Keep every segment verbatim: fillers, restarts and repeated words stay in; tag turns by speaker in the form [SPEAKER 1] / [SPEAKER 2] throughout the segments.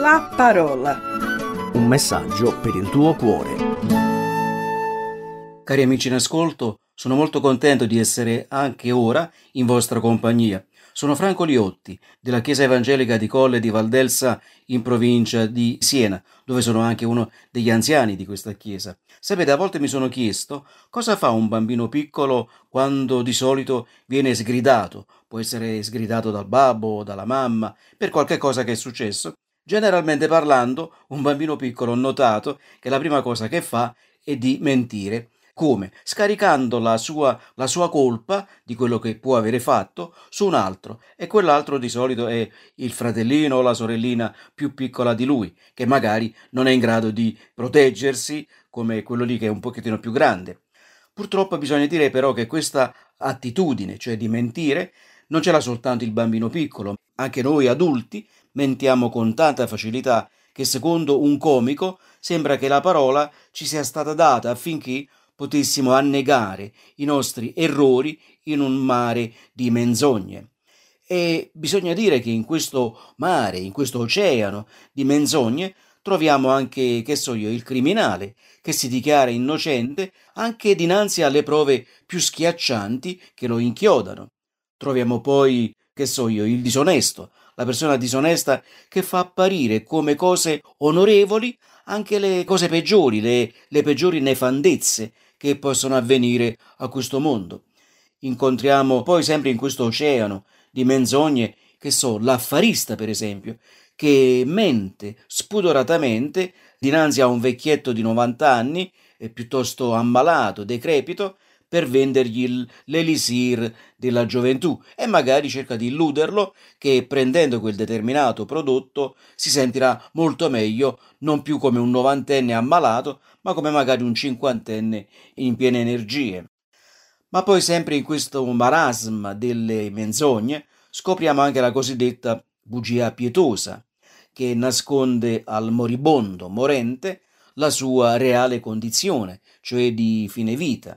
[SPEAKER 1] La parola.
[SPEAKER 2] Un messaggio per il tuo cuore.
[SPEAKER 3] Cari amici in ascolto, sono molto contento di essere anche ora in vostra compagnia. Sono Franco Liotti, della Chiesa Evangelica di Colle di Valdelsa, in provincia di Siena, dove sono anche uno degli anziani di questa chiesa. Sapete, a volte mi sono chiesto cosa fa un bambino piccolo quando di solito viene sgridato. Può essere sgridato dal babbo o dalla mamma per qualche cosa che è successo. Generalmente parlando, un bambino piccolo ho notato che la prima cosa che fa è di mentire. Come? Scaricando la sua, la sua colpa di quello che può avere fatto su un altro, e quell'altro di solito è il fratellino o la sorellina più piccola di lui, che magari non è in grado di proteggersi come quello lì che è un pochettino più grande. Purtroppo bisogna dire però che questa attitudine, cioè di mentire, non ce l'ha soltanto il bambino piccolo, anche noi adulti mentiamo con tanta facilità che secondo un comico sembra che la parola ci sia stata data affinché potessimo annegare i nostri errori in un mare di menzogne. E bisogna dire che in questo mare, in questo oceano di menzogne, troviamo anche, che so io, il criminale che si dichiara innocente anche dinanzi alle prove più schiaccianti che lo inchiodano. Troviamo poi, che so io, il disonesto, la persona disonesta che fa apparire come cose onorevoli anche le cose peggiori, le, le peggiori nefandezze che possono avvenire a questo mondo. Incontriamo poi sempre in questo oceano di menzogne, che so, l'affarista per esempio, che mente spudoratamente dinanzi a un vecchietto di novanta anni, eh, piuttosto ammalato, decrepito, per vendergli il- l'elisir della gioventù e magari cerca di illuderlo che prendendo quel determinato prodotto si sentirà molto meglio, non più come un novantenne ammalato, ma come magari un cinquantenne in piene energie. Ma poi sempre in questo marasma delle menzogne scopriamo anche la cosiddetta bugia pietosa, che nasconde al moribondo morente la sua reale condizione, cioè di fine vita.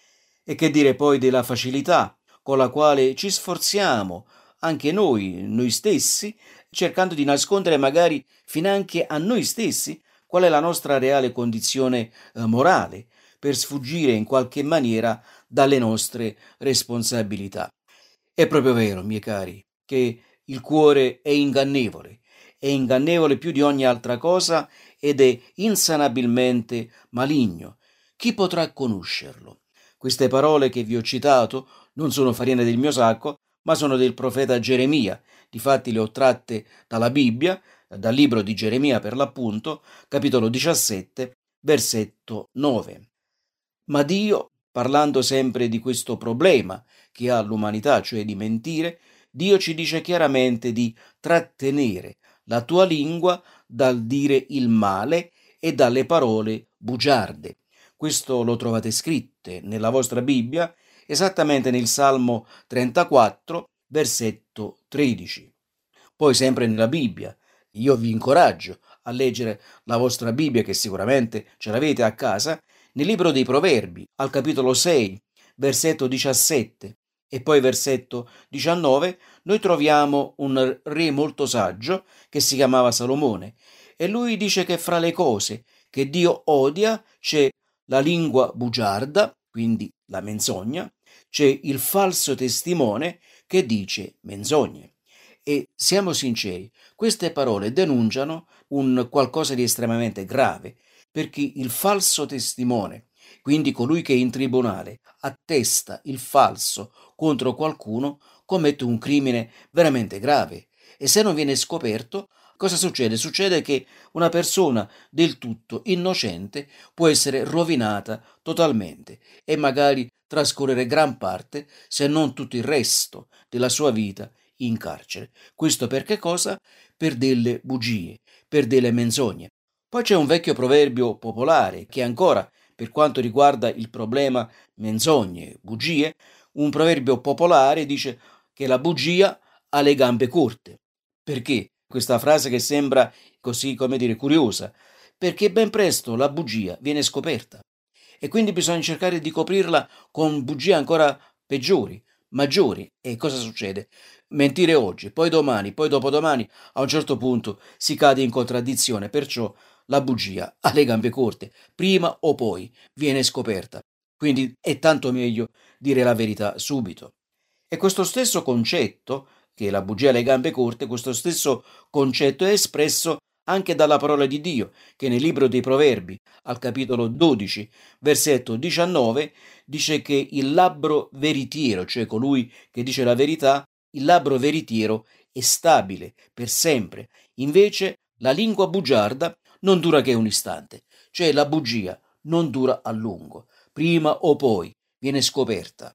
[SPEAKER 3] E che dire poi della facilità con la quale ci sforziamo, anche noi, noi stessi, cercando di nascondere magari finanche a noi stessi qual è la nostra reale condizione eh, morale, per sfuggire in qualche maniera dalle nostre responsabilità. È proprio vero, miei cari, che il cuore è ingannevole, è ingannevole più di ogni altra cosa ed è insanabilmente maligno. Chi potrà conoscerlo? Queste parole che vi ho citato non sono farina del mio sacco, ma sono del profeta Geremia. Difatti le ho tratte dalla Bibbia, dal libro di Geremia per l'appunto, capitolo diciassette, versetto nove. Ma Dio, parlando sempre di questo problema che ha l'umanità, cioè di mentire, Dio ci dice chiaramente di trattenere la tua lingua dal dire il male e dalle parole bugiarde. Questo lo trovate scritte nella vostra Bibbia, esattamente nel Salmo trentaquattro, versetto tredici. Poi sempre nella Bibbia, io vi incoraggio a leggere la vostra Bibbia, che sicuramente ce l'avete a casa, nel libro dei Proverbi, al capitolo sei, versetto diciassette e poi versetto diciannove, noi troviamo un re molto saggio che si chiamava Salomone, e lui dice che fra le cose che Dio odia c'è la lingua bugiarda, quindi la menzogna, c'è il falso testimone che dice menzogne. E siamo sinceri, queste parole denunciano un qualcosa di estremamente grave, perché il falso testimone, quindi colui che in tribunale attesta il falso contro qualcuno, commette un crimine veramente grave. E se non viene scoperto, cosa succede? Succede che una persona del tutto innocente può essere rovinata totalmente e magari trascorrere gran parte, se non tutto il resto della sua vita in carcere. Questo per che cosa? Per delle bugie, per delle menzogne. Poi c'è un vecchio proverbio popolare che ancora, per quanto riguarda il problema menzogne, bugie, un proverbio popolare dice che la bugia ha le gambe corte. Perché? Questa frase che sembra così, come dire, curiosa, perché ben presto la bugia viene scoperta e quindi bisogna cercare di coprirla con bugie ancora peggiori, maggiori. E cosa succede? mentire oggi, poi domani, poi dopodomani, a un certo punto si cade in contraddizione, perciò la bugia ha le gambe corte, prima o poi viene scoperta. Quindi è tanto meglio dire la verità subito. E questo stesso concetto, che la bugia ha le gambe corte, questo stesso concetto è espresso anche dalla parola di Dio, che nel libro dei Proverbi, al capitolo dodici, versetto diciannove, dice che il labbro veritiero, cioè colui che dice la verità, il labbro veritiero è stabile per sempre. Invece la lingua bugiarda non dura che un istante, cioè la bugia non dura a lungo, prima o poi viene scoperta.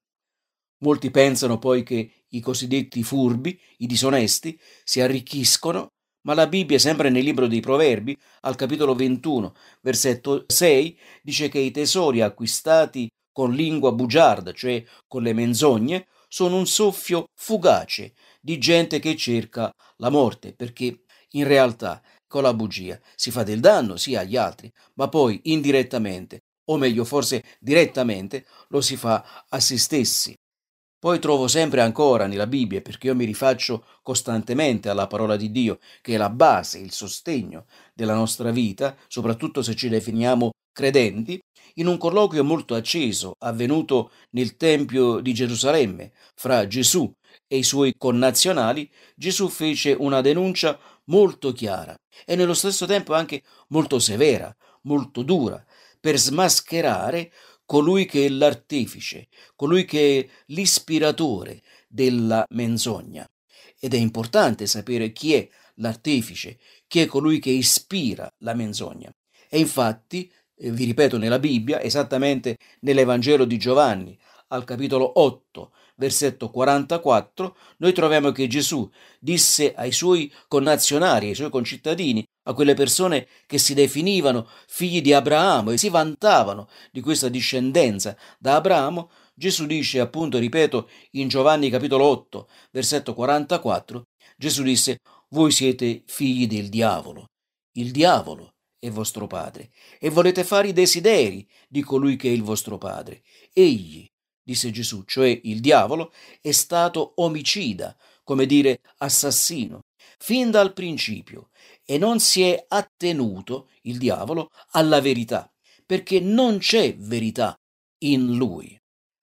[SPEAKER 3] Molti pensano poi che i cosiddetti furbi, i disonesti, si arricchiscono, ma la Bibbia, sempre nel libro dei Proverbi, al capitolo ventuno, versetto sei, dice che i tesori acquistati con lingua bugiarda, cioè con le menzogne, sono un soffio fugace di gente che cerca la morte, perché in realtà con la bugia si fa del danno sia agli altri, ma poi indirettamente, o meglio forse direttamente, lo si fa a se stessi. Poi trovo sempre ancora nella Bibbia, perché io mi rifaccio costantemente alla parola di Dio, che è la base, il sostegno della nostra vita, soprattutto se ci definiamo credenti, in un colloquio molto acceso avvenuto nel Tempio di Gerusalemme fra Gesù e i suoi connazionali, Gesù fece una denuncia molto chiara e nello stesso tempo anche molto severa, molto dura, per smascherare colui che è l'artefice, colui che è l'ispiratore della menzogna. Ed è importante sapere chi è l'artefice, chi è colui che ispira la menzogna. E infatti, eh, vi ripeto, nella Bibbia, esattamente nell'Evangelo di Giovanni, al capitolo otto, versetto quarantaquattro, noi troviamo che Gesù disse ai suoi connazionali, ai suoi concittadini, a quelle persone che si definivano figli di Abramo e si vantavano di questa discendenza da Abramo, Gesù dice, appunto, ripeto, in Giovanni capitolo otto, versetto quarantaquattro, Gesù disse: voi siete figli del diavolo, il diavolo è vostro padre e volete fare i desideri di colui che è il vostro padre. Egli, disse Gesù, cioè il diavolo, è stato omicida, come dire assassino, fin dal principio, e non si è attenuto, il diavolo, alla verità, perché non c'è verità in lui.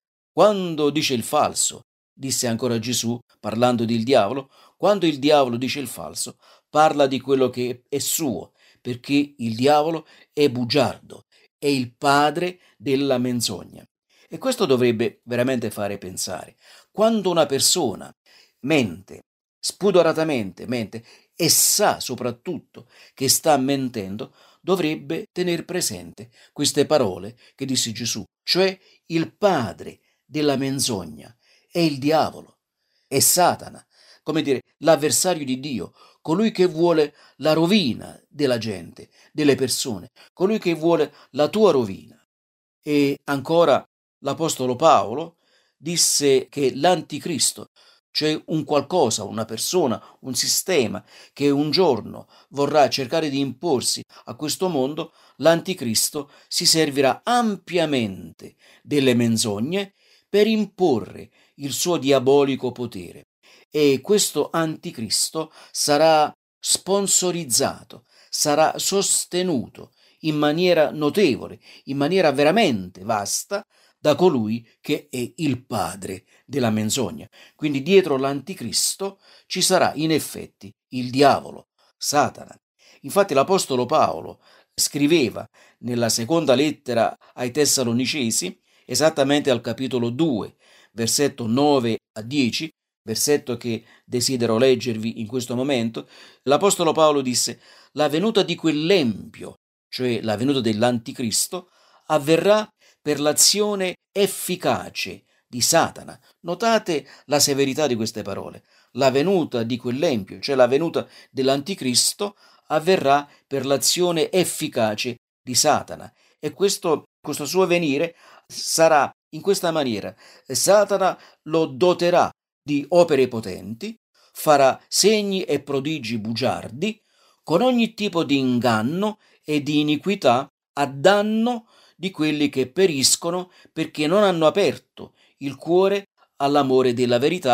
[SPEAKER 3] Quando dice il falso, disse ancora Gesù, parlando del diavolo, quando il diavolo dice il falso, parla di quello che è suo, perché il diavolo è bugiardo, è il padre della menzogna. E questo dovrebbe veramente fare pensare. Quando una persona mente, spudoratamente mente, e sa soprattutto che sta mentendo, dovrebbe tenere presente queste parole che disse Gesù, cioè il padre della menzogna è il diavolo, è Satana, come dire, l'avversario di Dio, colui che vuole la rovina della gente, delle persone, colui che vuole la tua rovina. E ancora l'Apostolo Paolo disse che l'anticristo, cioè un qualcosa, una persona, un sistema che un giorno vorrà cercare di imporsi a questo mondo, l'anticristo si servirà ampiamente delle menzogne per imporre il suo diabolico potere. E questo anticristo sarà sponsorizzato, sarà sostenuto in maniera notevole, in maniera veramente vasta, da colui che è il padre della menzogna. Quindi dietro l'anticristo ci sarà in effetti il diavolo, Satana. Infatti l'apostolo Paolo scriveva nella seconda lettera ai Tessalonicesi, esattamente al capitolo due, versetto nove a dieci, versetto che desidero leggervi in questo momento, l'apostolo Paolo disse: la venuta di quell'empio, cioè la venuta dell'anticristo, avverrà per l'azione efficace di Satana. Notate la severità di queste parole. La venuta di quell'empio, cioè la venuta dell'anticristo, avverrà per l'azione efficace di Satana. E questo, questo suo venire sarà in questa maniera. Satana lo doterà di opere potenti, farà segni e prodigi bugiardi, con ogni tipo di inganno e di iniquità a danno di quelli che periscono perché non hanno aperto il cuore all'amore della verità,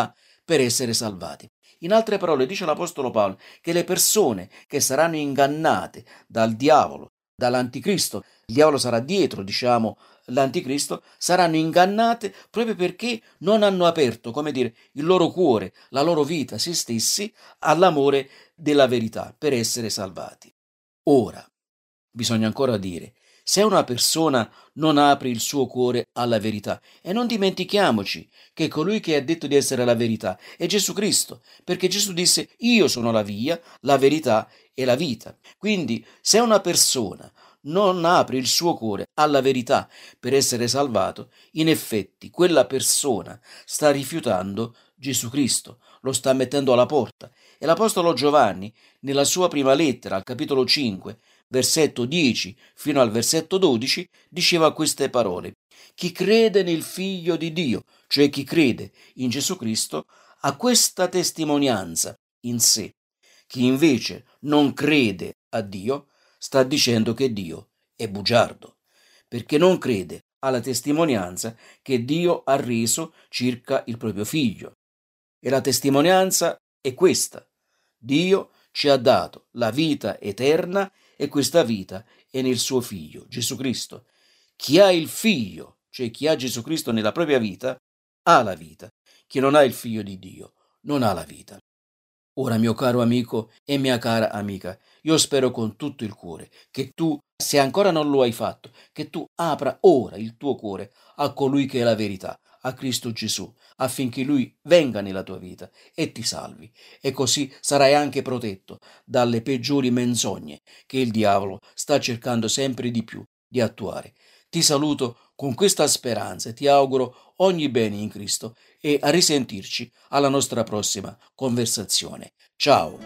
[SPEAKER 3] per essere salvati. In altre parole, dice l'Apostolo Paolo che le persone che saranno ingannate dal diavolo, dall'anticristo, il diavolo sarà dietro, diciamo, l'anticristo, saranno ingannate proprio perché non hanno aperto, come dire, il loro cuore, la loro vita, se stessi, all'amore della verità per essere salvati. Ora, bisogna ancora dire, se una persona non apre il suo cuore alla verità, e non dimentichiamoci che colui che ha detto di essere la verità è Gesù Cristo, perché Gesù disse: io sono la via, la verità e la vita. Quindi se una persona non apre il suo cuore alla verità per essere salvato, in effetti quella persona sta rifiutando Gesù Cristo, lo sta mettendo alla porta. E l'Apostolo Giovanni, nella sua prima lettera, al capitolo cinque, versetto dieci fino al versetto dodici, diceva queste parole: chi crede nel Figlio di Dio, cioè chi crede in Gesù Cristo, ha questa testimonianza in sé. Chi invece non crede a Dio sta dicendo che Dio è bugiardo, perché non crede alla testimonianza che Dio ha reso circa il proprio Figlio. E la testimonianza è questa: Dio ci ha dato la vita eterna e questa vita è nel suo Figlio, Gesù Cristo. Chi ha il Figlio, cioè chi ha Gesù Cristo nella propria vita, ha la vita. Chi non ha il Figlio di Dio non ha la vita. Ora, mio caro amico e mia cara amica, io spero con tutto il cuore che tu, se ancora non lo hai fatto, che tu apra ora il tuo cuore a colui che è la verità, a Cristo Gesù, affinché Lui venga nella tua vita e ti salvi. E così sarai anche protetto dalle peggiori menzogne che il diavolo sta cercando sempre di più di attuare. Ti saluto con questa speranza e ti auguro ogni bene in Cristo e a risentirci alla nostra prossima conversazione. Ciao!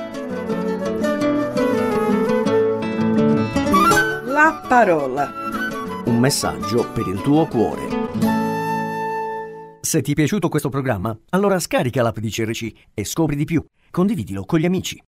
[SPEAKER 1] La parola.
[SPEAKER 2] Un messaggio per il tuo cuore. Se ti è piaciuto questo programma, allora scarica l'app di C R C e scopri di più. Condividilo con gli amici.